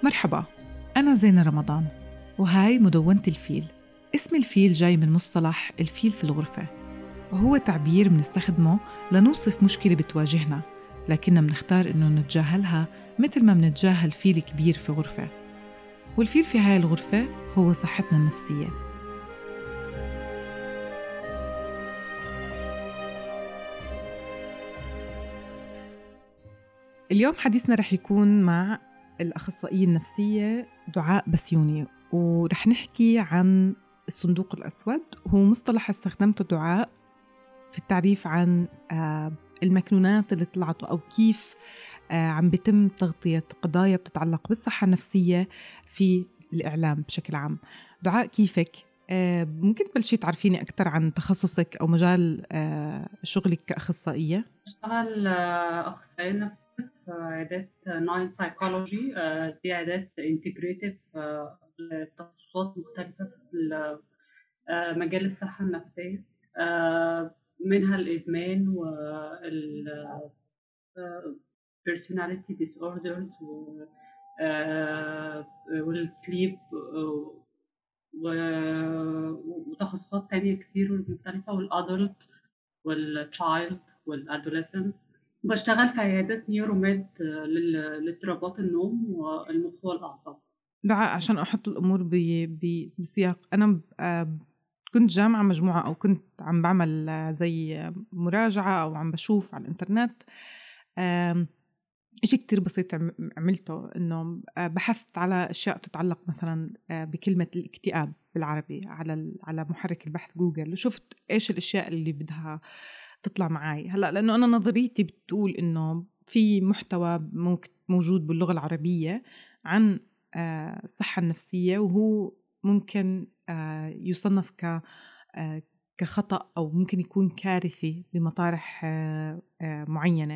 مرحبا، أنا زينة رمضان وهاي مدونة الفيل. اسم الفيل جاي من مصطلح الفيل في الغرفة، وهو تعبير منستخدمه لنوصف مشكلة بتواجهنا، لكننا منختار إنه نتجاهلها مثل ما منتجاهل فيل كبير في غرفة. والفيل في هاي الغرفة هو صحتنا النفسية. اليوم حديثنا رح يكون مع الأخصائية النفسية دعاء بسيوني، ورح نحكي عن الصندوق الأسود. هو مصطلح استخدمته دعاء في التعريف عن المكنونات اللي طلعت أو كيف عم بيتم تغطية قضايا بتتعلق بالصحة النفسية في الإعلام بشكل عام. دعاء كيفك؟ ممكن تبلشي تعرفيني أكثر عن تخصصك أو مجال شغلك كأخصائية؟ بشتغل أخصائية نفسية في عيادات ناين سايكولوجي. دي عيادات انتجريتيف لتخصصات مختلفة في مجال الصحة النفسية، منها الإدمان وال personality disorders والسليب وتخصصات تانية كتير مختلفة، والأدلت والتشايلد والادوليسنت. بشتغل في عيادات نيوروميد لاضطرابات النوم والمخ والأعصاب. دعاء، عشان أحط الأمور بسياق، أنا كنت جامعة مجموعة أو كنت عم بعمل زي مراجعة أو عم بشوف على الإنترنت إشي كتير بسيط عملته، إنه بحثت على أشياء تتعلق مثلا بكلمة الاكتئاب بالعربي على محرك البحث جوجل، وشفت إيش الأشياء اللي بدها تطلع معي هلأ، لأنه أنا نظريتي بتقول إنه في محتوى موجود باللغة العربية عن الصحة النفسية، وهو ممكن يصنف كخطأ أو ممكن يكون كارثي بمطارح معينة.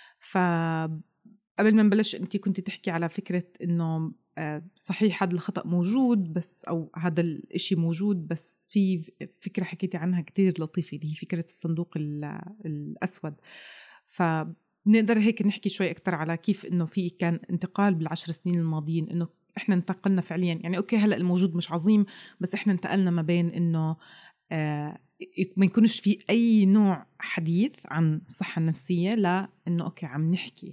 فقبل ما نبلش أنتِ كنتِ تحكي على فكرة إنه صحيح هذا الخطأ موجود، بس أو هذا الإشي موجود، بس في فكرة حكيتي عنها كتير لطيفة اللي هي فكرة الصندوق الأسود. فنقدر هيك نحكي شوي أكتر على كيف إنه في كان انتقال بالعشر سنين الماضيين، إنه إحنا انتقلنا فعليا، يعني أوكي هلأ الموجود مش عظيم، بس إحنا انتقلنا ما بين إنه ما يكونش في أي نوع حديث عن الصحة النفسية، لا إنه أوكي عم نحكي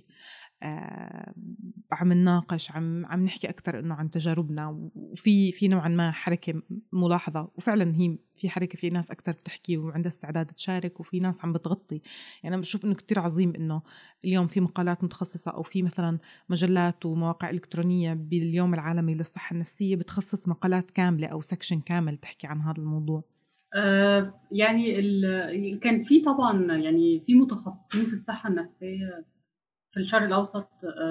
عم نناقش، عم نحكي أكتر إنه عن تجاربنا، وفي نوعا ما حركة ملاحظة، وفعلا هي في حركة، في ناس أكتر بتحكي وعندها استعداد تشارك، وفي ناس عم بتغطي. يعني أنا بشوف إنه كتير عظيم إنه اليوم في مقالات متخصصة أو في مثلا مجلات ومواقع إلكترونية باليوم العالمي للصحة النفسية بتخصص مقالات كاملة أو سكشن كامل تحكي عن هذا الموضوع. يعني كان في طبعا يعني في متخصصين في الصحة النفسية في الشرق الأوسط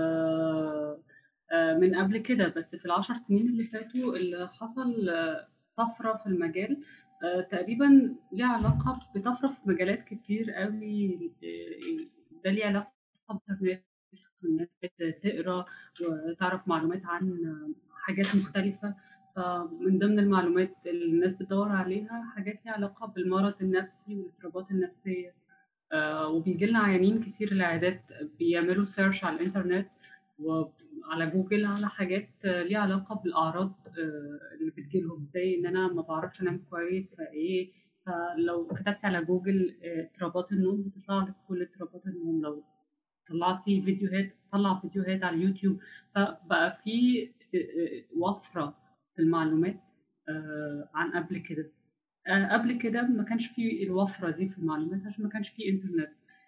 من قبل كده، بس في العشر سنين اللي فاتوا اللي حصل طفرة في المجال، تقريبا ليه علاقة بطفرة في مجالات كتير قوي. ده ليه علاقة بإنترنت، الناس تقرا وتعرف معلومات عن حاجات مختلفة. فمن ضمن المعلومات اللي الناس بتدور عليها حاجات ليها علاقة بالمرض النفسي والاضطرابات النفسية. وبيجي لنا عيانين كتير العيادات بيعملوا سيرش على الانترنت وعلى جوجل على حاجات ليها علاقة بالأعراض اللي بتجيلهم، زي إن أنا ما بعرفش أنام كويس فإيه. فلو كتبت على جوجل اضطرابات النوم بتطلع لك كل اضطرابات النوم. لو طلعتي فيديوهات طلع فيديوهات على اليوتيوب. فبقى في وفرة في المعلومات عن قبل كده. قبل كده ما كانش في الوفرة دي في المعلومات عشان ما كانش في إنترنت.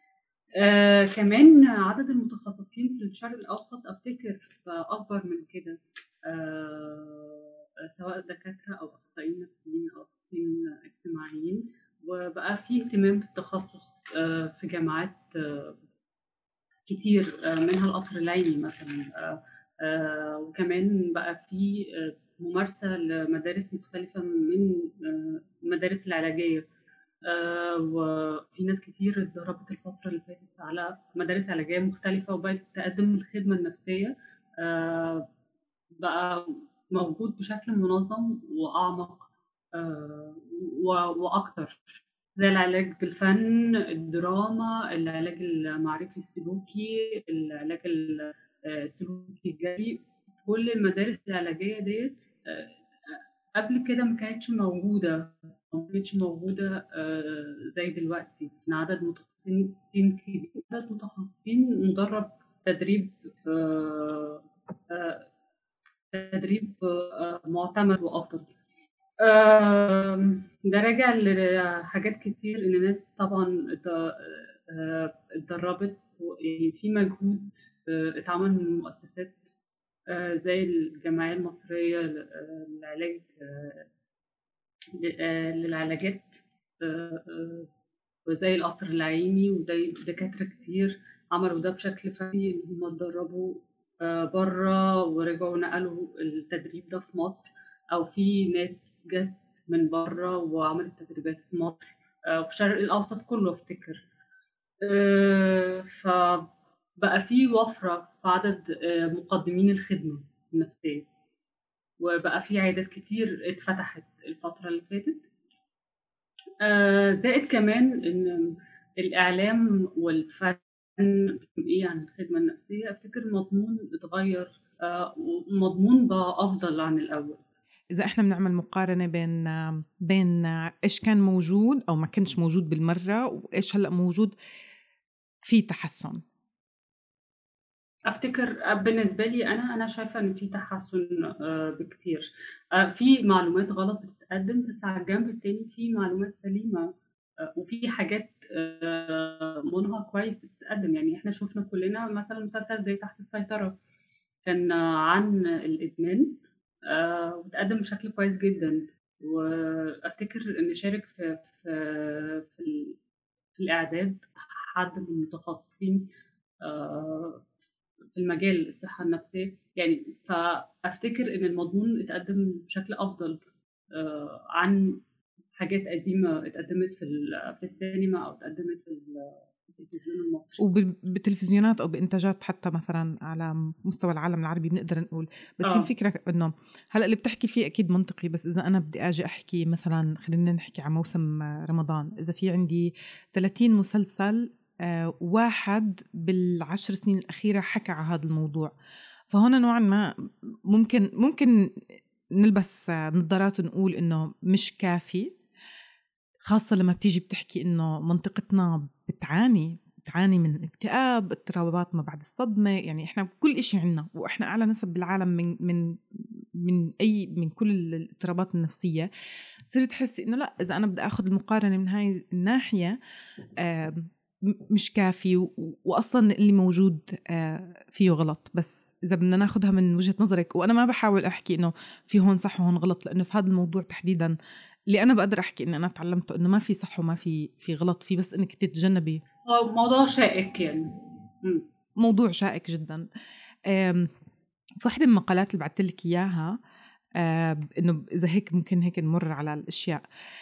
كمان عدد المتخصصين في الشرق الأوسط أفتكر أكبر من كده، سواء دكاترة أو أخصائيين نفسيين أو أخصائيين اجتماعيين. وبقى في اهتمام بالتخصص في جامعات كتير، منها القصر العيني مثلا. وكمان بقى في ممارسة لمدارس مختلفة من المدارس العلاجية. وفي ناس كتير اتدربت الفترة اللي فاتت على مدارس علاجية مختلفة وبقت تقدم الخدمة النفسية. بقى موجود بشكل منظم وأعمق وأكتر، زي العلاج بالفن، الدراما، العلاج المعرفي السلوكي، العلاج السلوكي الجريء. كل المدارس العلاجية ديت قبل كده ما كانتش موجودة، زي دلوقتي إن عدد متخصصين كبير، عدد متخصصين مدرب تدريب آه، معتمد وأفضل. ده راجع لحاجات كتير، إن الناس طبعا اتدربت، يعني في مجهود اتعمل من المؤسسات زي الجمعية المصرية للعلاج للعلاجات، وزي القصر العيني، وزي دكاترة كتير عملوا ده بشكل فردي، إن هم اتدربوا بره ورجعوا نقلوا التدريب ده في مصر، أو في ناس جت من بره وعملت تدريبات في مصر وفي الشرق الأوسط كله أفتكر. فبقى في وفرة في عدد مقدمين الخدمة النفسية، وبقى في عيادات كتير اتفتحت الفترة اللي فاتت. زائد كمان إن الإعلام والفن إيه عن الخدمة النفسية، أفتكر المضمون اتغير ومضمون بقى أفضل عن الأول. إذا إحنا بنعمل مقارنة بين إيش كان موجود أو ما كانش موجود بالمرة وإيش هلأ موجود، في تحسن. أفتكر بالنسبة لي أنا شايفة إن في تحسن بكتير. في معلومات غلط بتتقدم، بس على الجنب التاني في معلومات سليمة، وفي حاجات منها كويس بتتقدم. يعني إحنا شفنا كلنا مثلا مسلسل زي تحت السيطرة، كان عن الإدمان وتقدم بشكل كويس جدا. وأفتكر إن شارك في الإعداد حد من المتخصصين في المجال الصحة النفسية يعني. فأفتكر إن المضمون اتقدم بشكل أفضل عن حاجات قديمة اتقدمت في السينما أو اتقدمت في التلفزيون المصري، وبالتلفزيونات أو بإنتاجات حتى مثلا على مستوى العالم العربي بنقدر نقول. بس هي الفكرة إنه هلأ اللي بتحكي فيه أكيد منطقي، بس إذا أنا بدي أجي أحكي مثلا، خلينا نحكي عن موسم رمضان، إذا في عندي 30 مسلسل واحد بالعشر سنين الأخيرة حكى على هذا الموضوع، فهنا نوعا ما ممكن نلبس نظارات ونقول إنه مش كافي، خاصة لما بتيجي بتحكي إنه منطقتنا بتعاني من اكتئاب، اضطرابات ما بعد الصدمة. يعني إحنا كل إشي عنا، وإحنا أعلى نسب بالعالم من كل الاضطرابات النفسية. تصير تحسي إنه لا، إذا أنا بدي أخذ المقارنة من هاي الناحية مش كافي، وأصلا اللي موجود فيه غلط. بس إذا بدنا ناخدها من وجهة نظرك، وأنا ما بحاول أحكي إنه في هون صح وهون غلط، لأنه في هذا الموضوع تحديدا اللي أنا بقدر أحكي إن أنا تعلمته إنه ما في صح وما في غلط، في بس إنك تتجنبي. موضوع شائك يعني. موضوع شائك جدا. في واحدة من المقالات اللي بعثت لك إياها إنه إذا هيك ممكن هيك نمر على الأشياء.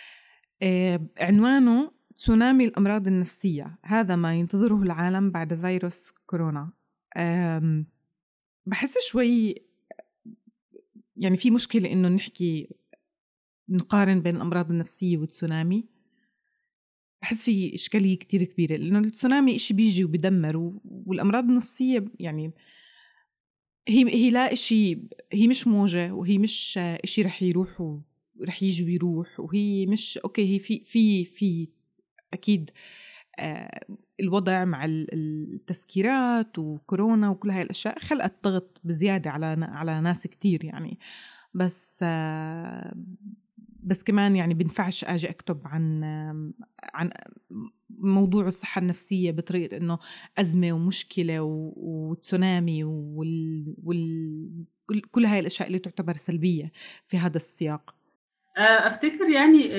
عنوانه تسونامي الأمراض النفسية، هذا ما ينتظره العالم بعد فيروس كورونا. بحس شوي يعني في مشكلة إنه نقارن بين الأمراض النفسية والتسونامي. بحس في إشكالية كتير كبيرة، لأنه التسونامي إشي بيجي وبيدمر، والأمراض النفسية يعني هي لا إشي، هي مش موجة، وهي مش إشي رح يروح ورح يجي ويروح، وهي مش أوكي. هي في أكيد الوضع مع التسكيرات وكورونا وكل هاي الأشياء خلقت ضغط بزيادة على ناس كتير يعني. بس كمان يعني بنفعش أجي أكتب عن موضوع الصحة النفسية بطريقة إنه أزمة ومشكلة وتسونامي كل هاي الأشياء اللي تعتبر سلبية في هذا السياق. أفتكر يعني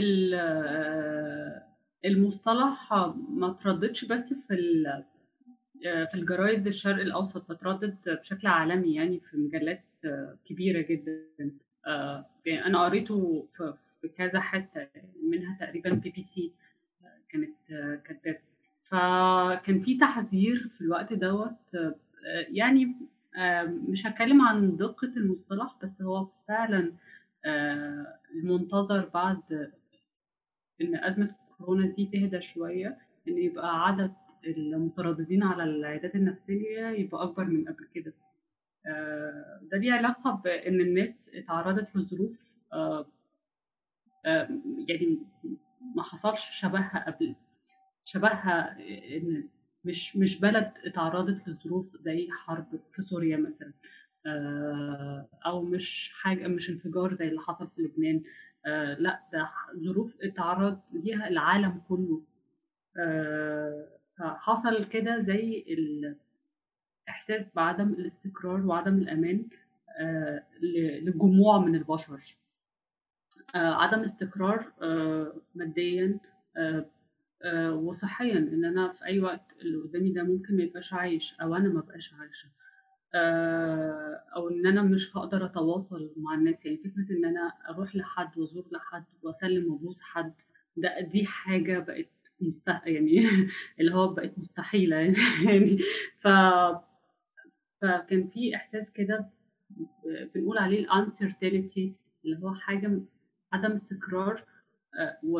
المصطلح ما ترددش بس في الجرايد الشرق الأوسط، فتردد بشكل عالمي يعني في مجلات كبيرة جدا. يعني أنا قريته في كذا حتة، منها تقريبا BBC كانت كاتباه. فكان في تحذير في الوقت دوت يعني مش هتكلم عن دقة المصطلح، بس هو فعلا المنتظر بعد إن أزمة كورونا دي تهدى شوية، إن يبقى عدد المترددين على العيادات النفسية يبقى أكبر من قبل كده. ده ليه علاقة بإن الناس اتعرضت لظروف آه، يعني ما حصلش شبهها قبل، شبهها إن مش بلد اتعرضت لظروف زي حرب في سوريا مثلا، أو مش حاجة، مش انفجار زي اللي حصل في لبنان. لا، ده ظروف اتعرض ليها العالم كله. فحصل كده زي الإحساس بعدم الاستقرار وعدم الأمان لجموع من البشر. عدم استقرار ماديا، آه، وصحيا، ان انا في اي وقت اللي قدامي ده ممكن ما يبقاش عايش او انا ما بقاش عايشه، او ان انا مش هقدر اتواصل مع الناس. يعني فكره ان انا اروح لحد وازور لحد واسلم وابوس حد، دي حاجه بقت يعني اللي هو بقت مستحيله يعني. ف فكان في احساس كده بنقول عليه الانسرتينتي، اللي هو حاجه عدم استقرار. و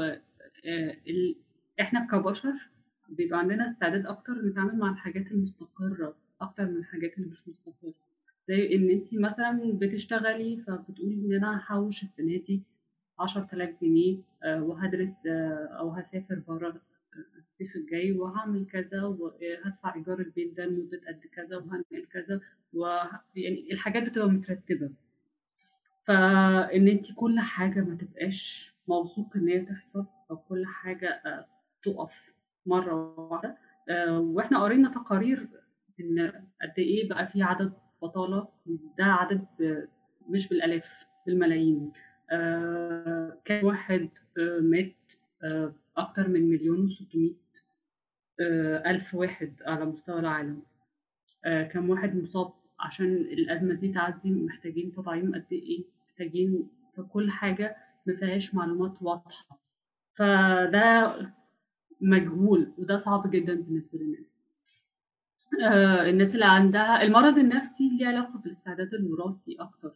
احنا كبشر بيبقى عندنا استعداد اكتر نتعامل مع الحاجات المستقره اكتر من الحاجات اللي مش مستقره. زي ان انت مثلا بتشتغلي فبتقولي ان انا هحوش السنه دي 10,000 جنيه، وهدرس، او هسافر بره الصيف الجاي وهعمل كذا وهدفع ايجار البيت ده لمده قد كذا وهنقل كذا، يعني الحاجات بتبقى مترتبه. فإن أنتِ كل حاجة ما تبقاش موثوق إن هي تحصل، أو كل حاجة تُقف مرّة واحدة. وإحنا قرينا تقارير إن قد إيه بقى في عدد بطالة، ده عدد مش بالآلاف، بالملايين. كام واحد مات، أكتر من 1,600,000 ألف واحد على مستوى العالم. كام واحد مصاب عشان الأزمة دي تعدي، محتاجين تطعيم قد إيه، محتاجين في كل حاجة ما فيهاش معلومات واضحة. فده مجهول وده صعب جدًا بالنسبة للناس. الناس اللي عندها المرض النفسي ليه علاقة بالاستعداد الوراثي أكتر.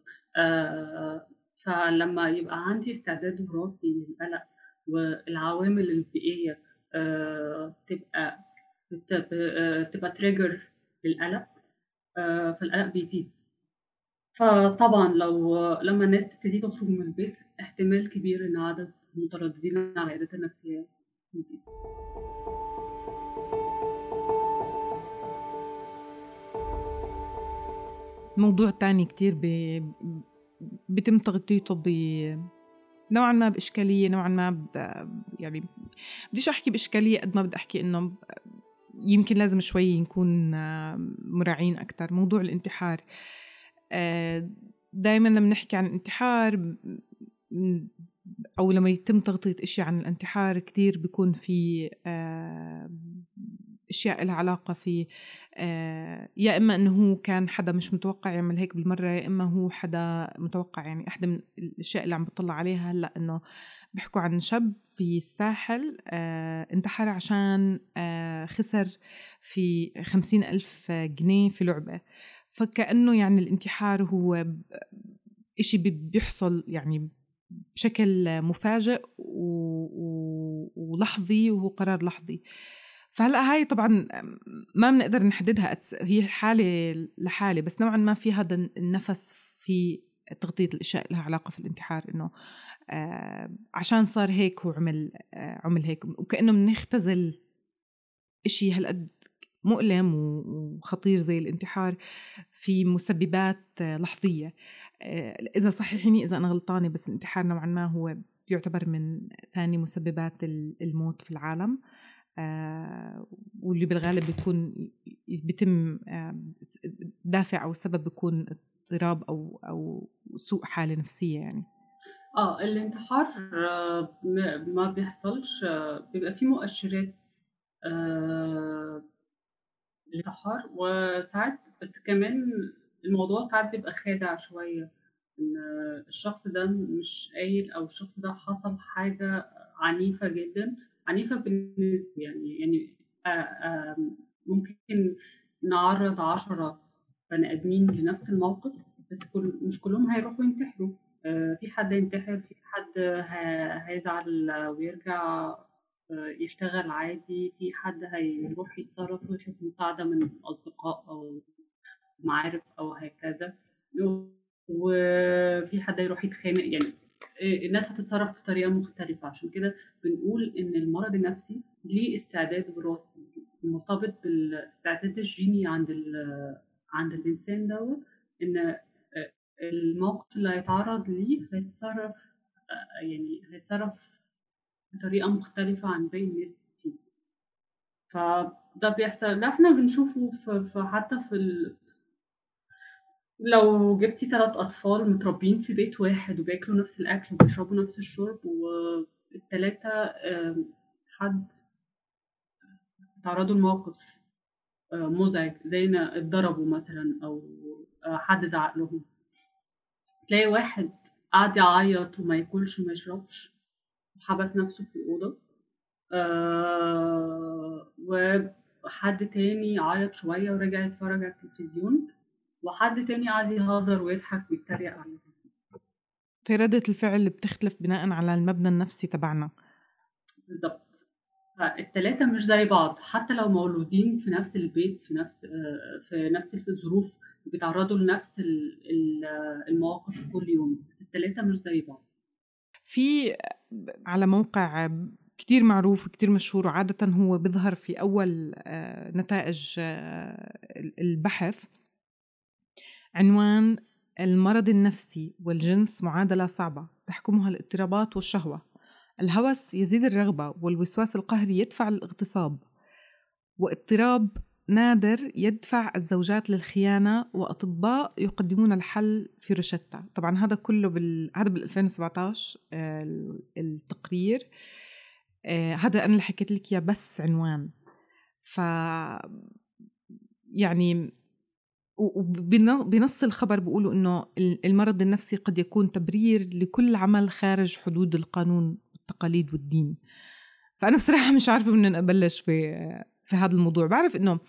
فلمّا يبقى عندي استعداد وراثي للقلق والعوامل البيئية تبقى تبقى trigger للقلق، فالقلق بيزيد. فطبعًا لمّا الناس تبتدي تخرج من البيت، احتمال كبير إن عدد المترددين على العيادات النفسية يزيد. موضوع تاني كتير بيتم تغطيته نوعا ما بإشكالية، نوعا ما يعني بديش أحكي بإشكالية قد ما بدي أحكي إنه يمكن لازم شوي نكون مراعين أكتر. موضوع الانتحار، دايما لما نحكي عن الانتحار أو لما يتم تغطية إشياء عن الانتحار كتير بيكون في أشياء لها علاقة في يا إما أنه هو كان حدا مش متوقع يعمل هيك بالمرة، يا إما هو حدا متوقع. يعني أحد من الأشياء اللي عم بطلع عليها هلأ أنه بيحكوا عن شاب في الساحل انتحر عشان خسر في 50,000 جنيه في لعبة. فكأنه يعني الانتحار هو إشي بيحصل يعني بشكل مفاجئ ولحظي، وهو قرار لحظي. فهلأ هاي طبعا ما بنقدر نحددها، هي حالة لحالة، بس نوعا ما في هذا النفس في تغطية الأشياء لها علاقة في الانتحار، إنه عشان صار هيك هو عمل هيك، وكأنه بنختزل إشي هالقد مؤلم وخطير زي الانتحار في مسببات لحظية. إذا صحيحيني إذا أنا غلطانة، بس الانتحار نوعا ما هو يعتبر من ثاني مسببات الموت في العالم، واللي بالغالب بيتم دافع أو سبب بيكون اضطراب أو سوء حالة نفسية يعني. الانتحار ما بيحصلش، بيبقى فيه مؤشرات للانتحار، وساعات بس كمان الموضوع ساعات بيبقى خادع شوية، إن الشخص ده مش قايل، أو الشخص ده حصل حاجة عنيفة جدًا، عنيفة بالنسبة يعني ممكن نعرّض 10 بني آدمين لنفس الموقف، بس مش كلّهم هيروحوا ينتحروا. في حد هينتحر، في حد هيزعل ويرجع يشتغل عادي، في حد هيروح يتصرّف ويطلب مساعدة من أصدقاء أو معارف أو هكذا، وفي حد يروح يتخانق يعني. الناس هتتصرف بطريقة مختلفة. عشان كده بنقول إن المرض النفسي ليه استعداد وراثي مرتبط بالاستعداد الجيني عند الإنسان دوت، إن الموقف اللي هيتعرض ليه هيتصرف، يعني هيتصرف بطريقة مختلفة عن باقي الناس فيه. فده بيحصل، ده احنا بنشوفه حتى لو جبتي 3 أطفال متربيين في بيت واحد وبياكلوا نفس الأكل وبيشربوا نفس الشرب، والتلاتة حد تعرضوا لموقف مزعج زي إن اتضربوا مثلا أو حد زعق لهم، تلاقي واحد قعد يعيط وما ياكلش وما يشربش وحبس نفسه في الأوضة، وحد تاني عيط شوية ورجع يتفرج على التلفزيون، وحد تاني قعد يهزر ويضحك ويتريق عليهم. في ردة الفعل بتختلف بناء على المبنى النفسي تبعنا. بالظبط. فالتلاتة مش زي بعض، حتى لو مولودين في نفس البيت في نفس الظروف بيتعرضوا لنفس المواقف كل يوم، التلاتة مش زي بعض. في على موقع كتير معروف كتير مشهور، وعادة هو بيظهر في أول نتائج البحث، عنوان: المرض النفسي والجنس معادلة صعبة تحكمها الاضطرابات والشهوة. الهوس يزيد الرغبة، والوسواس القهري يدفع الاغتصاب، واضطراب نادر يدفع الزوجات للخيانة، وأطباء يقدمون الحل في روشتة. طبعا هذا كله هذا بال 2017 التقرير. هذا أنا اللي حكيت لك يا بس عنوان. ف يعني بنص الخبر بيقولوا إنه المرض النفسي قد يكون تبرير لكل عمل خارج حدود القانون والتقاليد والدين. فأنا بصراحة مش عارفة من أبلش في هذا الموضوع. بعرف إنه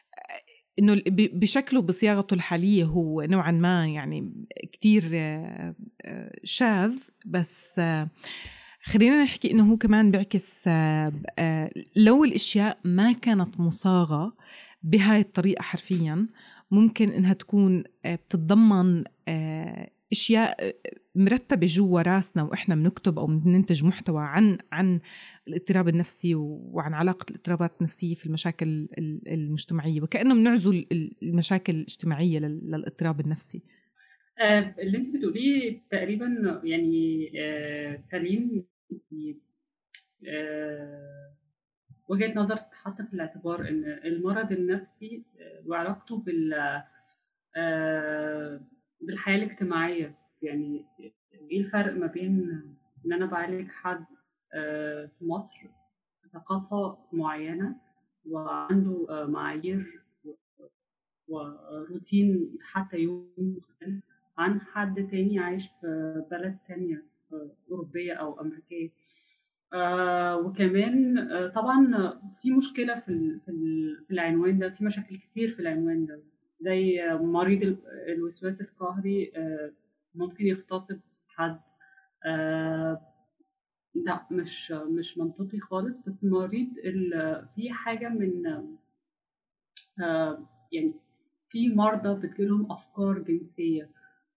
بشكله بصياغته الحالية هو نوعا ما يعني كتير شاذ، بس خلينا نحكي إنه هو كمان بيعكس لو الأشياء ما كانت مصاغة بهاي الطريقة حرفيا، ممكن إنها تكون بتتضمن أشياء مرتبة جوا راسنا وإحنا بنكتب أو بننتج محتوى عن الاضطراب النفسي وعن علاقة الاضطرابات النفسية في المشاكل المجتمعية، وكأنه بنعزل المشاكل الاجتماعية للاضطراب النفسي. اللي انت بتقوليه تقريبا يعني سليم. وجهة نظر تتحط في الاعتبار ان المرض النفسي وعلاقته بالحياة الاجتماعية. يعني ايه الفرق ما بين ان انا بعالج حد في مصر في ثقافة معينة وعنده معايير وروتين حتى يوم مختلف عن حد تاني عايش في بلد تانية أوروبية أو أمريكية. وكمان طبعا في مشكلة في العنوان ده، في مشاكل كتير في العنوان ده، زي مريض الوسواس القهري ممكن يغتصب حد. لا، مش منطقي خالص. بس مريض في حاجة من يعني في مرضى بتجيلهم أفكار جنسية،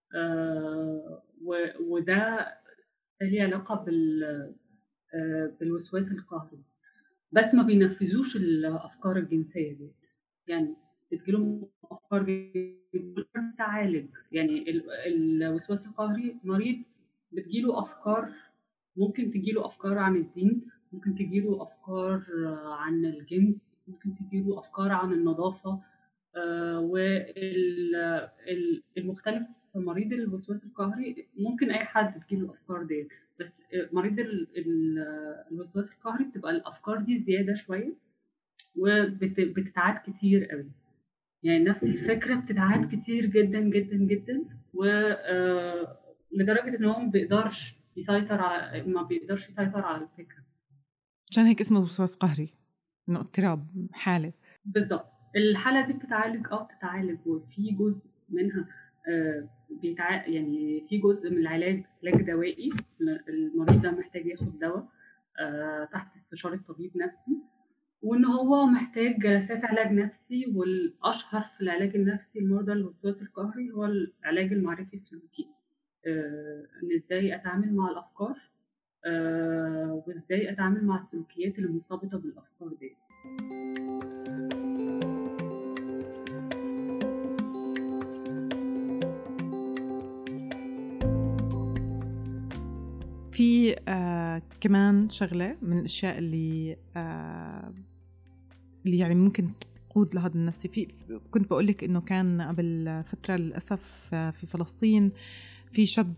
وده ليه علاقة بالوسواس القهري، بس ما بينفذوش الأفكار الجنسية دي. يعني بتجيلهم أفكار تعالج. يعني الوسواس القهري مريض بتجيله أفكار، ممكن تجيله أفكار عن الدين، ممكن تجيله أفكار عن الجنس، ممكن تجيله أفكار عن النظافة. والمختلف في مريض الوسواس القهري ممكن أي حد تجيله الأفكار دي، بس مريض الوسواس القهري بتبقى الأفكار دي زيادة شوية وبتتعاد كتير قوي. يعني نفس الفكرة بتتعاد كتير جدا جدا جدا، لدرجة إن هو ما بيقدرش يسيطر على الفكرة. عشان هيك اسمه وسواس قهري، إنه اضطراب حالة. بالضبط. الحالة دي بتتعالج وفي جزء منها يعني في جزء من العلاج علاج دوائي. المريض ده محتاج ياخد دواء تحت استشارة طبيب نفسي. وإن هو محتاج جلسات علاج نفسي، والأشهر في العلاج النفسي لمرضى الوسواس القهري هو العلاج المعرفي السلوكي. إن إزاي أتعامل مع الأفكار، وإزاي أتعامل مع السلوكيات اللي مرتبطة بالأفكار دي. في كمان شغلة من الأشياء اللي يعني ممكن تقود لهذا النفسي. كنت بقولك إنه كان قبل فترة للأسف في فلسطين في شاب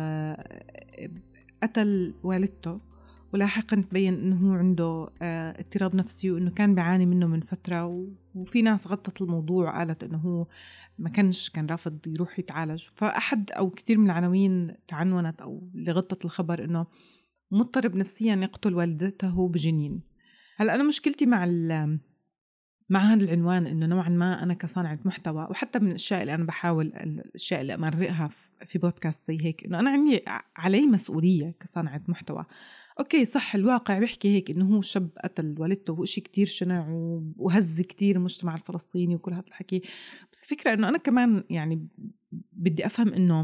قتل والدته، ولاحقا تبين إنه هو عنده اضطراب نفسي، وإنه كان بيعاني منه من فترة، وفي ناس غطت الموضوع قالت إنه هو ما كان رافض يروح يتعالج. فأحد أو كتير من العناوين تعنونت أو اللي غطت الخبر إنه مضطرب نفسيا يقتل والدته بجنين. هلأ أنا مشكلتي مع هذا العنوان إنه نوعا ما أنا كصانعة محتوى، وحتى من الأشياء اللي أنا بحاول الأشياء اللي أمرقها في بودكاست زي هيك، إنه أنا عندي علي مسؤولية كصانعة محتوى. أوكي صح، الواقع بيحكي هيك إنه هو شاب قتل والدته، وهو إشي كتير شنع وهز كتير المجتمع الفلسطيني وكل هذا الحكي. بس فكرة إنه أنا كمان يعني بدي أفهم إنه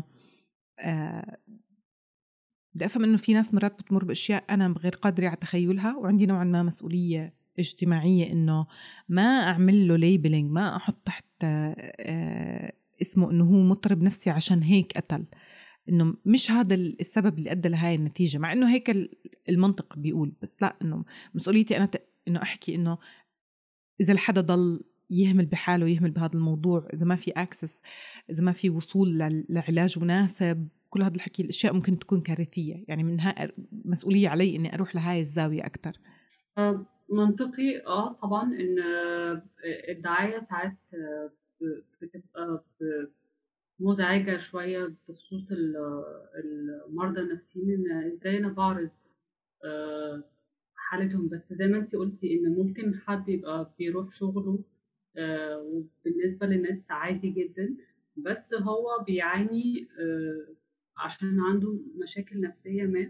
في ناس مرات بتمر بأشياء أنا غير قادرة على تخيلها، وعندي نوعا ما مسؤولية اجتماعية إنه ما أعمل له ليبلينج، ما أحط تحت اسمه إنه هو مضطرب نفسي عشان هيك قتل، إنه مش هذا السبب اللي أدى لهاي النتيجة، مع إنه هيك المنطق بيقول. بس لا، إنه مسؤوليتي أنا إنه أحكي إنه إذا الحدا ضل يهمل بحاله، يهمل بهذا الموضوع، إذا ما في أكسس، إذا ما في وصول لعلاج مناسب، كل هذا الحكي الأشياء ممكن تكون كارثية. يعني منها مسؤولية علي إني أروح لهاي الزاوية أكتر. منطقي طبعا إن الدعاية ساعات بتبقى مزعجة شوية بخصوص المرضى النفسيين، إن إزاي أنا بعرض آه، حالتهم. بس زي ما انتي قلتي إن ممكن حد يبقى بيروح شغله وبالنسبة للناس عادي جدا، بس هو بيعاني عشان عنده مشاكل نفسية ما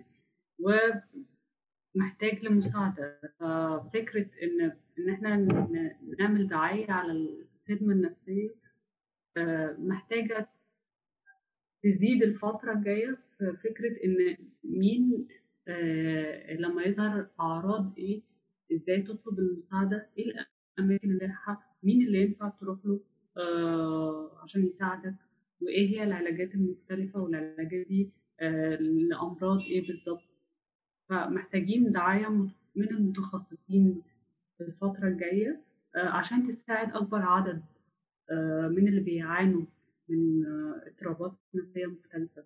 ومحتاج لمساعدة. ففكرة إن إحنا نعمل دعاية على الخدمة النفسية محتاجة تزيد الفترة الجاية في فكرة إن مين لما يظهر أعراض إيه، إزاي تطلب المساعدة، إيه الأماكن اللي رايحة، مين اللي ينفع تروح له عشان يساعدك، وإيه هي العلاجات المختلفة، والعلاجات دي لأمراض إيه بالظبط. فمحتاجين دعاية من المتخصصين في الفترة الجاية عشان تساعد أكبر عدد من اللي بيعانوا من اضطرابات نفسية مختلفة.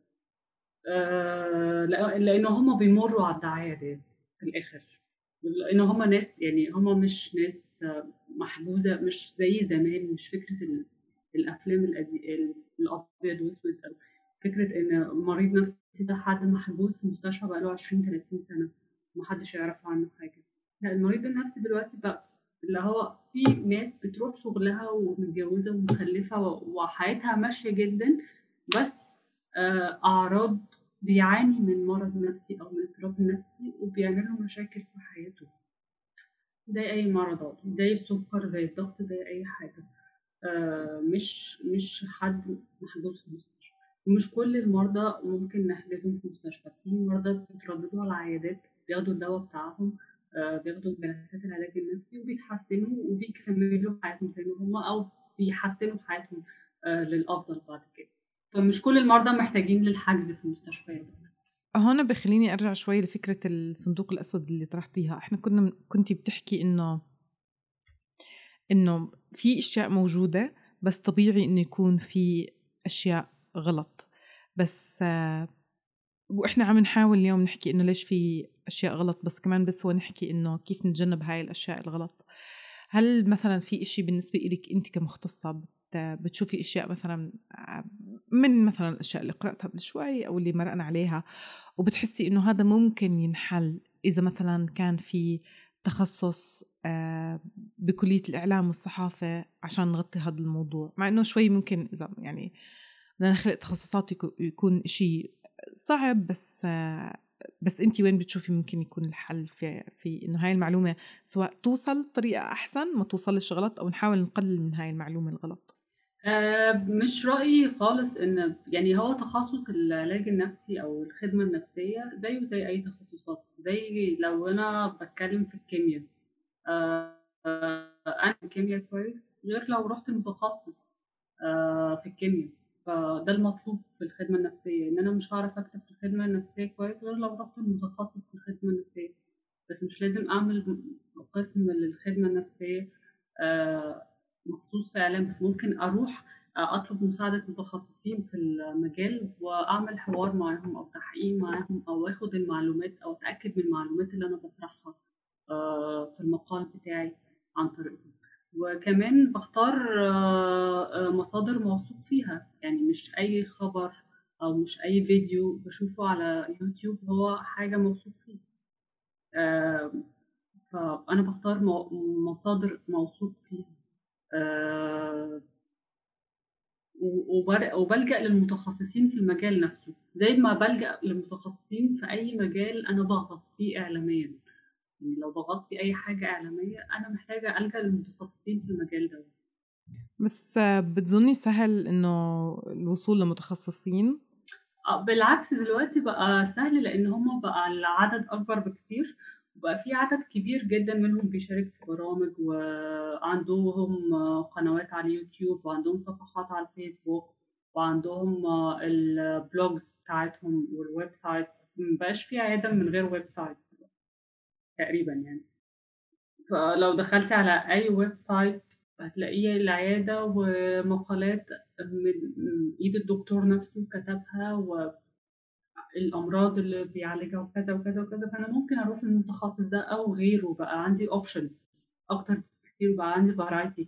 لأن هم بيمروا على الدعاية دي في الآخر، لأن هم ناس، يعني هم مش ناس محجوزة، مش زي زمان، مش فكرة الأفلام الأبيض وأسود، أو فكرة إن مريض نفسي ده حد محجوز في مستشفى بقاله 20-30 سنة ومحدش يعرف عنه حاجة. لا، المريض النفسي دلوقتي بقى اللي هو في ناس بتروح شغلها ومتجوزة ومخلفة وحياتها ماشية جدا، بس أعراض بيعاني من مرض نفسي أو من اضطراب نفسي وبيعمله مشاكل في حياته زي أي مرض، زي السكر، زي الضغط، زي أي حاجة. مش حد محجوز في مستشفى. ومش كل المرضى ممكن نحجزهم في مستشفى. في مرضى بيترددوا على العيادات، بياخدوا الدواء بتاعهم، بياخدوا جلسات العلاج النفسي وبيتحسنوا وبيكملوا حياتهم زي ما هم، أو بيحسنوا حياتهم للأفضل بعد كده. فمش كل المرضى محتاجين للحجز في المستشفيات. هون بخليني أرجع شوي لفكرة الصندوق الأسود اللي طرحتيها. إحنا كنتي بتحكي إنه في أشياء موجودة، بس طبيعي إنه يكون في أشياء غلط. بس وإحنا عم نحاول اليوم نحكي إنه ليش في أشياء غلط، بس كمان هو نحكي إنه كيف نتجنب هاي الأشياء الغلط. هل مثلا في إشي بالنسبة إليك أنت كمختصة بتشوفي أشياء مثلا من مثلا الأشياء اللي قرأتها قبل شوي أو اللي مرقنا عليها، وبتحسي إنه هذا ممكن ينحل إذا مثلا كان في تخصص بكلية الإعلام والصحافة عشان نغطي هذا الموضوع؟ مع إنه شوي ممكن إذا يعني بدنا نخلق تخصصات يكون إشي صعب، بس بس أنتِ وين بتشوفي ممكن يكون الحل في إنه هاي المعلومة سواء توصل بطريقة أحسن ما توصلش غلط، أو نحاول نقلل من هاي المعلومة الغلط؟ مش رأيي خالص إن يعني هو تخصُّص العلاج النفسي أو الخدمة النفسية زيه زي أي تخصُّصات، زي لو أنا باتكلّم في الكيميا، أنا في الكيميا كويس غير لو رُحت لمتخصص في الكيميا، فده المطلوب في الخدمة النفسية، إن أنا مش هاعرف أكتب في الخدمة النفسية كويس غير لو رُحت لمتخصص في الخدمة النفسية، بس مش لازم أعمل قسم للخدمة النفسية آآ مخصوص فعلًا، بس ممكن أروح أطلب مساعدة متخصصين في المجال وأعمل حوار معاهم أو تحقيق معاهم أو آخُد المعلومات أو أتأكد من المعلومات اللي أنا باطرحها في المقال بتاعي عن طريقهم. وكمان باختار مصادر موثوق فيها، يعني مش أي خبر أو مش أي فيديو باشوفه على يوتيوب هو حاجة موثوق فيها. آآ فأنا باختار مصادر موثوق فيها. آآ وبالجأ للمتخصصين في المجال نفسه، زي ما بالجأ للمتخصصين في أي مجال أنا باغلط فيه إعلاميًا، يعني لو باغطي أي حاجة إعلامية أنا محتاجة ألجأ للمتخصصين في المجال دوّة. بس بتظني سهل إنه الوصول لمتخصصين؟ بالعكس دلوقتي بقى سهل لإن هم بقى العدد أكبر بكتير، وبقى في عدد كبير جدًا منهم بيشارك في برامج، وعندهم قنوات على اليوتيوب، وعندهم صفحات على الفيسبوك، وعندهم البلوجز بتاعتهم والويب سايت، ما بقاش في عيادة من غير ويب سايت تقريبًا يعني. فلو دخلتِ على أي ويب سايت هتلاقيه العيادة ومقالات من إيد الدكتور نفسه كتبها الأمراض اللي بيعالجها وكذا، وكذا، وكذا، فأنا ممكن أروح للمتخصص ده أو غيره، بقى عندي options أكتر بكتير وبقى عندي variety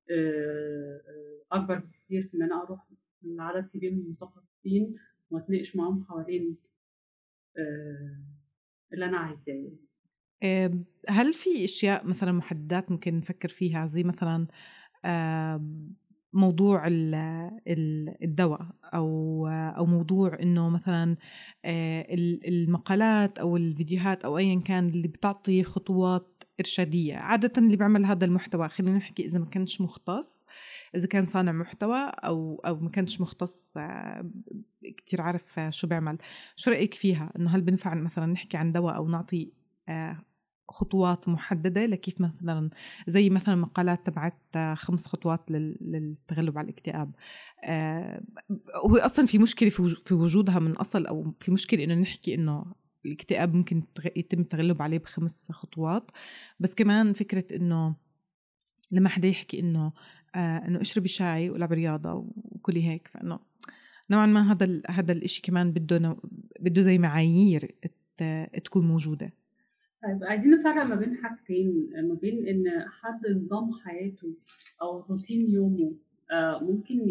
أكبر بكتير في إن أنا أروح لعدد كبير من المتخصصين وأتناقش معاهم حوالين آآ اللي أنا عايزاه يعني. هل في أشياء مثلًا مُحددات ممكن نفكّر فيها زي مثلًا آمم، موضوع الدوا أو موضوع إنه مثلًا المقالات أو الفيديوهات أو أيًا كان اللي بتعطي خطوات إرشادية، عادةً اللي بيعمل هذا المحتوى خلّينا نحكي إذا ما كانش مُختص، إذا كان صانع محتوى أو ما كانش مُختص كتير عارف شو بيعمل، شو رأيك فيها؟ إنه هل بينفع مثلًا نحكي عن دوا أو نعطي آآ خطوات محددة لكيف مثلًا زي مثلًا مقالات تبعة 5 خطوات للتغلب على الاكتئاب. آآ هو أصلًا في مشكلة في وجودها من أصل، أو في مشكلة إنه نحكي إنه الاكتئاب ممكن يتم التغلب عليه ب5 خطوات، بس كمان فكرة إنه لمّا حدا يحكي إنه اشربي شاي والعبي رياضة وكُلي هيك، فإنه نوعًا ما هذا الإشي كمان بده زي معايير تكون موجودة. طيب عايزين نفرّق ما بين حاجتين، ما بين إن حد نظام حياته أو روتين يومه ممكن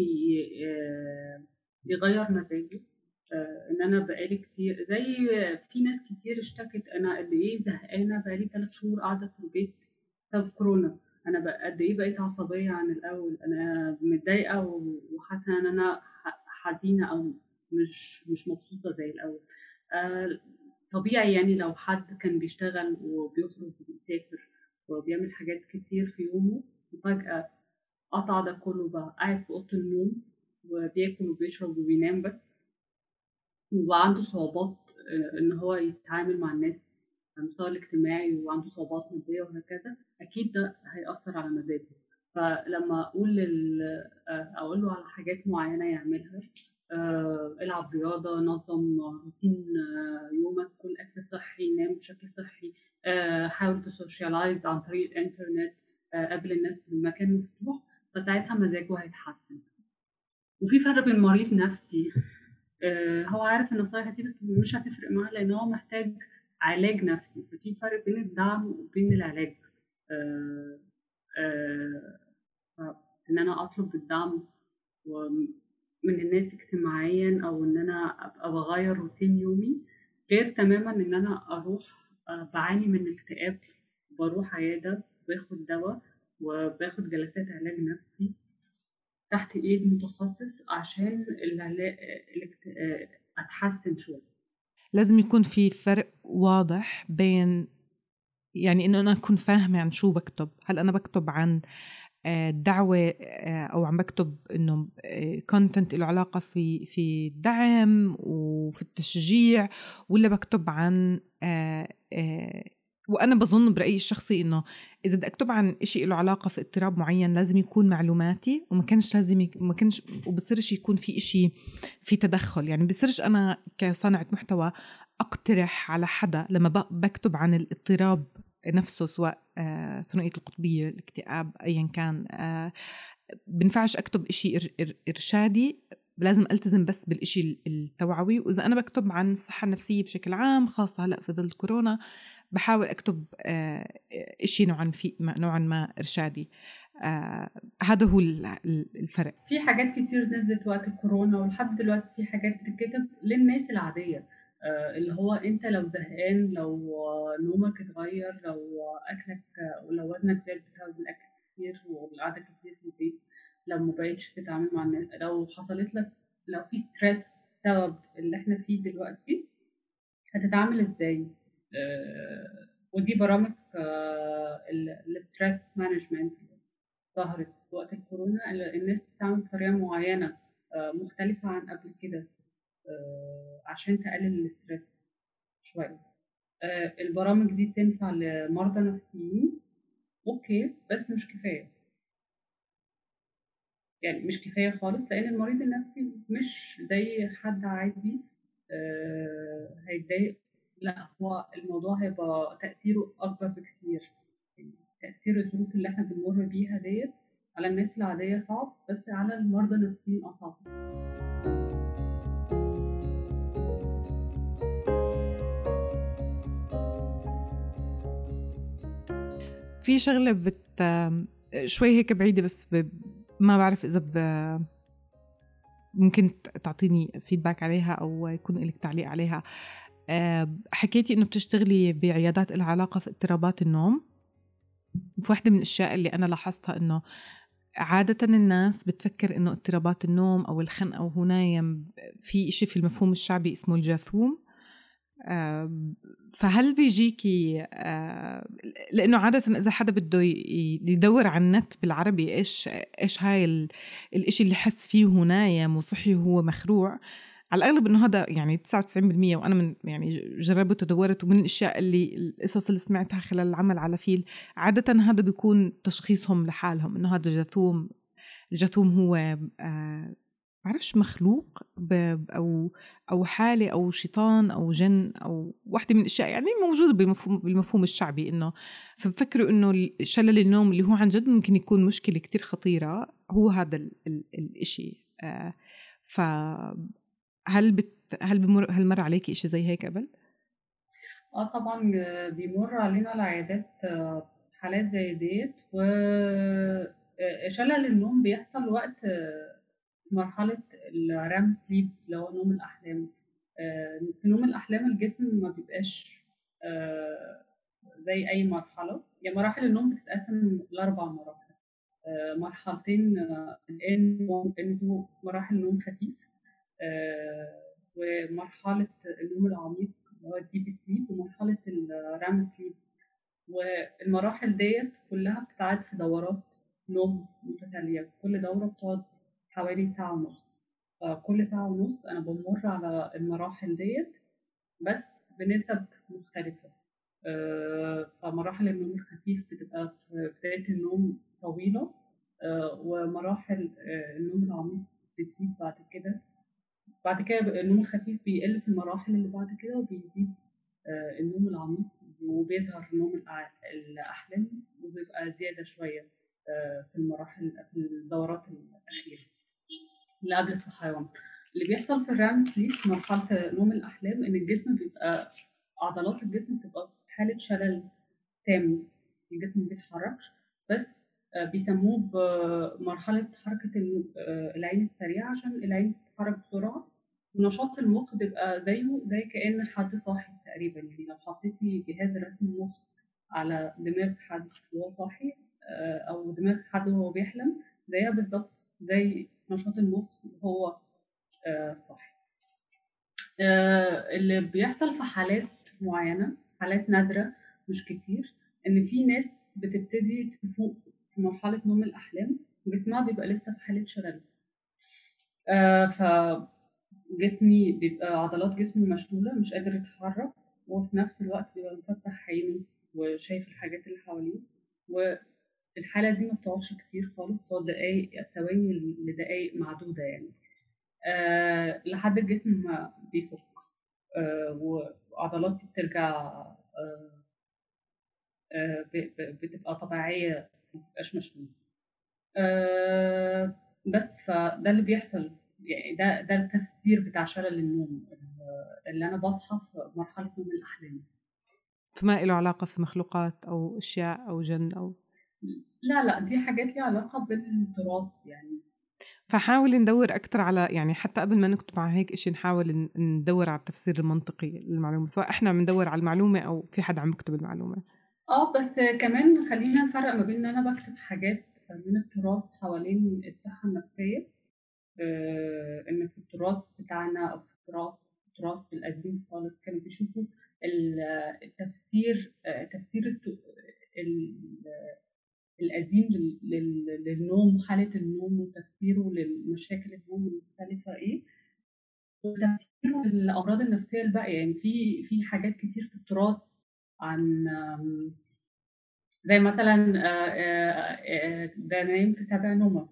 يغيّر مزاجه، إن أنا بقى لي كتير زي في ناس كتير اشتكت أنا قد إيه زهقانة بقى لي 3 شهور قاعدة في البيت بسبب كورونا، أنا قد إيه بقيت عصبية عن الأول، أنا متضايقة وحاسة إن أنا حزينة أو مش مبسوطة زي الأول. آآ طبيعي يعني لو حد كان بيشتغل وبيخرج وبيسافر وبيعمل حاجات كتير في يومه وفجأة قطع ده كله بقى قاعد في أوضة النوم وبياكل وبيشرب وبينام بس وبقى عنده صعوبات إن هو يتعامل مع الناس على المستوى الاجتماعي وعنده صعوبات مادية وهكذا، أكيد ده هيأثر على مزاجه. فلما أقول له على حاجات معينة يعملها، العب رياضة، نظم روتين يومك، كل أكل صحي، نام بشكل صحي، حاول تسوشيالايز عن طريق الإنترنت، قابل الناس في مكان مفتوح، فساعتها مزاجه هيتحسن. وفي فرق بين مريض نفسي هو عارف النصايح دي بس مش هتفرق معاه لأن هو محتاج علاج نفسي، ففي فرق بين الدعم وبين العلاج. آآ آآ إن أنا أطلب الدعم من الناس اجتماعيًا أو إن أنا أبقى باغيّر روتين يومي، غير تمامًا إن أنا أروح باعاني من اكتئاب، باروح عيادة، باخد دوا، وباخد جلسات علاج نفسي تحت إيد متخصص عشان العلا الاكت أتحسن شوية. لازم يكون في فرق واضح بين يعني إنه أنا أكون فاهمة عن شو بكتب. هل أنا بكتب عن دعوة أو عم بكتب إنه كونتنت له علاقة في الدعم وفي التشجيع، ولا بكتب عن وأنا بظن برأيي الشخصي إنه إذا بدي أكتب عن إشي له علاقة في اضطراب معين لازم يكون معلوماتي، وما كانش لازم ما كانش وبصيرش يكون في إشي في تدخل. يعني بصيرش أنا كصانعة محتوى أقترح على حدا لما بكتب عن الاضطراب نفسه، سواء ثنائية القطبية، الاكتئاب، أيا كان، بنفعش أكتب إشي إرشادي، لازم ألتزم بس بالإشي التوعوي. وإذا أنا بكتب عن الصحة النفسية بشكل عام، خاصة هلأ في ظل كورونا، بحاول أكتب إشي نوعا ما إرشادي. هذا هو الفرق. في حاجات كتير نزلت وقت الكورونا ولحد دلوقتي في حاجات بتتكتب للناس العادية، اللي هو انت لو زهقان، لو نومك اتغير، لو اكلك، لو وزنك زاد بسبب الاكل كتير والقعده كتير في البيت، لو ما بقتش تتعامل مع الناس، لو حصلت لك، لو في ستريس بسبب اللي احنا فيه دلوقتي، هتتعامل ازاي؟ ودي برامج الستريس مانجمنت ظهرت وقت الكورونا. الناس بتتعامل بطريقه معينه مختلفه عن قبل كده عشان تقلل الاسترس شويه. البرامج دي تنفع لمرضى نفسيين، اوكي، بس مش كفايه. يعني مش كفايه خالص، لان المريض النفسي مش زي حد عادي هيتضايق. لا، هو الموضوع هيبقى تاثيره اكبر بكتير. يعني تاثير الظروف اللي احنا بنمر بيها ديت على الناس العاديه صعب، بس على المرضى النفسيين اصعب. في شغلة شوي هيك بعيدة، بس ما بعرف إذا ممكن تعطيني فيدباك عليها أو يكون لك تعليق عليها. حكيتي إنه بتشتغلي بعيادات لها علاقة في اضطرابات النوم. في واحدة من الأشياء اللي أنا لاحظتها إنه عادة الناس بتفكر إنه اضطرابات النوم أو الخنقة وهو نايم في إشي في المفهوم الشعبي اسمه الجاثوم. فهل بيجيكي لأنه عادة إذا حدا بده يدور على النت بالعربي إيش هاي الإشي اللي حس فيه وهو نايم وصحي وهو مخروع، على الأغلب إنه هذا يعني 99%، وأنا من يعني جربت ودورت، ومن الأشياء القصص اللي سمعتها خلال العمل على فيل، عادة هذا بيكون تشخيصهم لحالهم إنه هذا جاثوم. الجاثوم هو بعرفش مخلوق أو حالة أو شيطان أو جن أو واحدة من الأشياء يعني موجودة بالمفهوم الشعبي. إنه فبفكروا إنه شلل النوم اللي هو عن جد ممكن يكون مشكلة كتير خطيرة هو هذا الإشي. هل مر عليكي إشي زي هيك قبل؟ طبعا بيمر علينا العيادات حالات زي ديت. وشلل النوم بيحصل وقت مرحلة الرام سليب اللي هو نوم الأحلام. في نوم الأحلام الجسم ما بيبقاش زي أي مرحلة. يعني مراحل النوم بتتقسم ل4 مراحل. مرحلتين N1 مراحل نوم خفيف، ومرحلة النوم العميق اللي هو الديب سليب، ومرحلة الرام سليب. والمراحل ديت كلها بتتعاد في دورات نوم متتالية، كل دورة بتقعد حوالي ساعة ونص. فكل ساعة ونص أنا بمر على المراحل ديت بس بنسب مختلفة. فمراحل النوم الخفيف بتبقى في بداية النوم طويلة، ومراحل النوم العميق بتزيد بعد كده النوم الخفيف بيقل في المراحل اللي بعد كده، وبيزيد النوم العميق، وبيظهر نوم الأحلام، وبيبقى زيادة شوية في المراحل، في الدورات الأخيرة اللي قبل الصحيان. اللي بيحصل في الرام سليب في مرحلة نوم الأحلام إن الجسم بيبقى، عضلات الجسم بتبقى في حالة شلل تام، الجسم ما بيتحركش، بس بيسموه بمرحلة حركة العين السريعة عشان العين بتتحرك بسرعة، ونشاط المخ بيبقى زي كأن حد صاحي تقريبا. يعني لو حطيتي جهاز رسم المخ على دماغ حد وهو صاحي أو دماغ حد وهو بيحلم، زيها بالظبط زي نشاط المخ وهو صاحي. اللي بيحصل في حالات معينة، حالات نادرة مش كتير، إن في ناس بتبتدي تفوق في مرحلة نوم الأحلام جسمها بيبقى لسه في حالة شلل. فجسمي بيبقى عضلات جسمه مشلولة مش قادر يتحرك، وفي نفس الوقت بيبقى مفتح عينه وشايف الحاجات اللي حواليه. والحالة دي ما بتقعدش كتير خالص، بتقعد دقايق، ثواني لدقايق معدودة يعني، لحد الجسم ما بيفك، وعضلاتي بترجع، بتبقى طبيعية، ما بتبقاش مشلولة. بس فده اللي بيحصل يعني، ده التفسير بتاع شلل النوم، اللي أنا بصحى في مرحلة نوم الأحلام. فما له علاقة في مخلوقات أو أشياء أو جن أو لا دي حاجات ليها علاقة بالتراث يعني. فحاول ندور أكتر على يعني حتى قبل ما نكتب على هيك إشي نحاول ندور على التفسير المنطقي للمعلومة، سواء إحنا عم ندور على المعلومة أو في حد عم يكتب المعلومة. بس كمان خلينا نفرق ما بين ان انا بكتب حاجات من التراث حوالين الصحة النفسية، ان في التراث بتاعنا او في التراث القديم خالص كانوا بيشوفوا التفسير، القديم للنوم، حالة النوم وتفسيره للمشاكل النوم المختلفة ايه، وتفسيره للأمراض النفسية الباقية. يعني في حاجات كتير في التراث عن زي مثلا ده نايم في 7 نومة.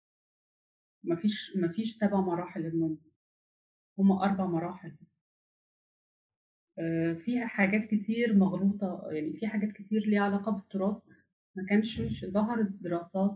مفيش 7 مراحل النوم، هما 4 مراحل. فيها حاجات كتير مغلوطة يعني، في حاجات كتير ليها علاقة بالتراث ما كانش ظهرت دراسات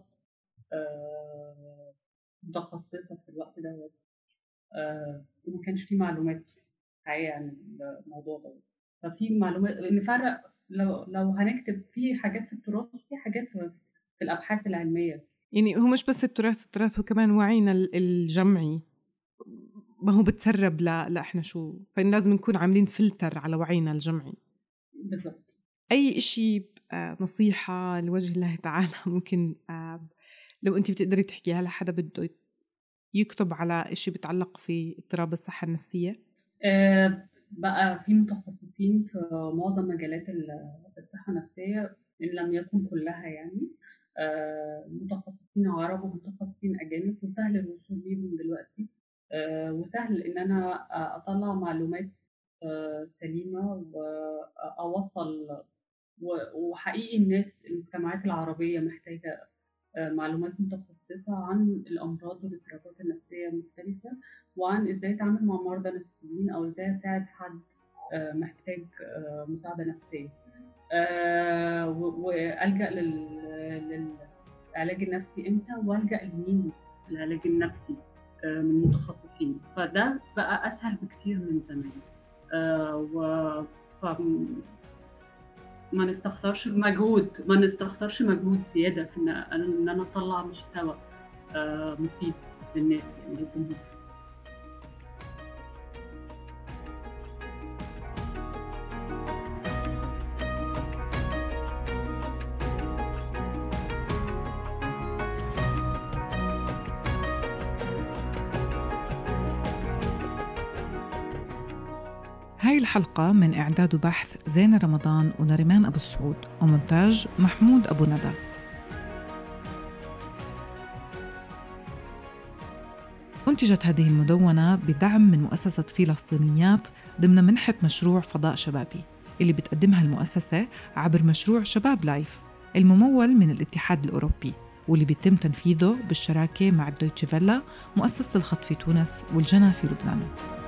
متخصصة في الوقت ده، وما كانش في معلومات حقيقية عن الموضوع ده. ففي معلومات نفرق، لو هنكتب في حاجات في التراث وفي حاجات في الأبحاث العلمية. يعني هو مش بس التراث هو كمان وعينا الجمعي، ما هو بتسرب لإحنا شو، فلازم نكون عاملين فلتر على وعينا الجمعي. بالضبط. أي إشي نصيحة لوجه الله تعالى ممكن لو أنت بتقدري تحكيها لحدا بده يكتب على إشي بتعلق في اضطراب الصحة النفسية؟ بقى في متخصصين في معظم مجالات الصحة النفسية إن لم يكن كلها يعني، متخصصين عرب ومتخصصين أجانب، وسهل الوصول ليهم دلوقتي، وسهل إن أنا أطلع معلومات سليمة وأوصل. وحقيقي الناس، المجتمعات العربية محتاجة معلومات متخصصة عن الأمراض والاضطرابات النفسية المختلفة، وعن إزاي أتعامل مع مرضى نفسيين، أو إزاي أساعد حد محتاج مساعدة نفسية، وألجأ للعلاج النفسي إمتى، وألجأ لمين العلاج النفسي من متخصصين. فده بقى أسهل بكتير من زمان. ما نستخسرش مجهود زيادة في إن أنا أطلع محتوى مفيد للناس يعني للجمهور. هاي الحلقة من إعداد وبحث زينة رمضان ونريمان أبو السعود، ومونتاج محمود أبو ندى. أنتجت هذه المدونة بدعم من مؤسسة فلسطينيات ضمن منحة مشروع فضاء شبابي اللي بتقدمها المؤسسة عبر مشروع شباب لايف الممول من الاتحاد الأوروبي، واللي بيتم تنفيذه بالشراكة مع الدويتشي فيلا، مؤسسة الخط في تونس، والجنة في لبنان.